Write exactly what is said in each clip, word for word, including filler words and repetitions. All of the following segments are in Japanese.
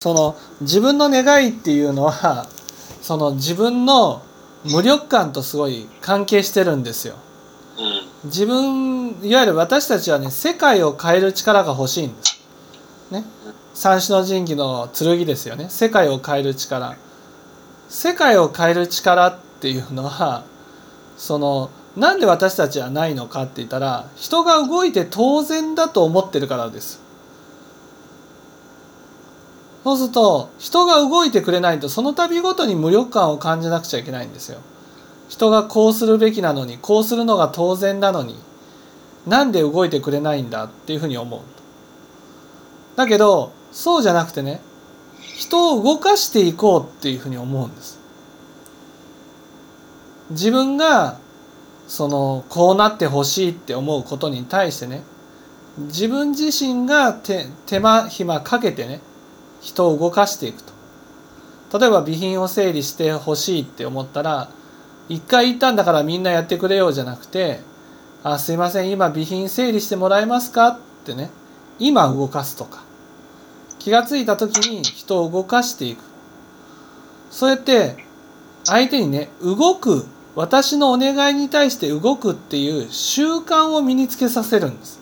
その自分の願いっていうのはその自分の無力感とすごい関係してるんですよ。自分いわゆる私たちはね、世界を変える力が欲しいんですね。三種の神器の剣ですよね。世界を変える力。世界を変える力っていうのはそのなんで私たちはないのかって言ったら、人が動いて当然だと思ってるからです。そうすると人が動いてくれないとその度ごとに無力感を感じなくちゃいけないんですよ。人がこうするべきなのに、こうするのが当然なのに、なんで動いてくれないんだっていうふうに思う。だけどそうじゃなくてね、人を動かしていこうっていうふうに思うんです。自分がそのこうなってほしいって思うことに対してね、自分自身が 手, 手間暇かけてね、人を動かしていくと。例えば備品を整理してほしいって思ったら、一回言ったんだからみんなやってくれようじゃなくて、あ、すいません今備品整理してもらえますかってね、今動かすとか、気がついた時に人を動かしていく。そうやって相手にね、動く、私のお願いに対して動くっていう習慣を身につけさせるんです。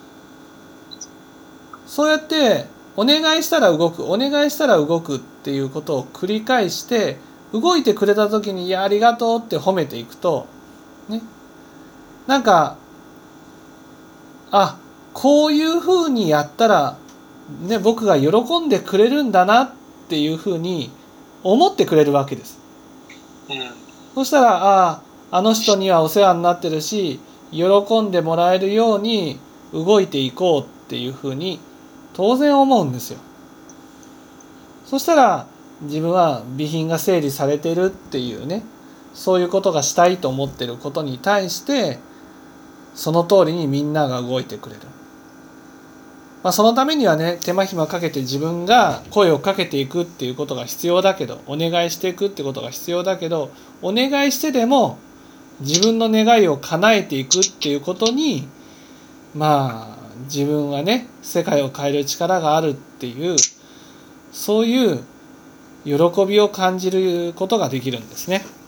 そうやってお願いしたら動く、お願いしたら動くっていうことを繰り返して、動いてくれた時に、いやありがとうって褒めていくとね、なんか、あ、こういうふうにやったらね、僕が喜んでくれるんだなっていうふうに思ってくれるわけです。うん、そしたら、ああ、あの人にはお世話になってるし、喜んでもらえるように動いていこうっていうふうに当然思うんですよ。そしたら自分は備品が整理されてるっていうね、そういうことがしたいと思ってることに対してその通りにみんなが動いてくれる。まあ、そのためにはね、手間暇かけて自分が声をかけていくっていうことが必要だけど、お願いしていくってことが必要だけど、お願いしてでも自分の願いを叶えていくっていうことに、まあ自分はね、世界を変える力があるっていう、そういう喜びを感じることができるんですね。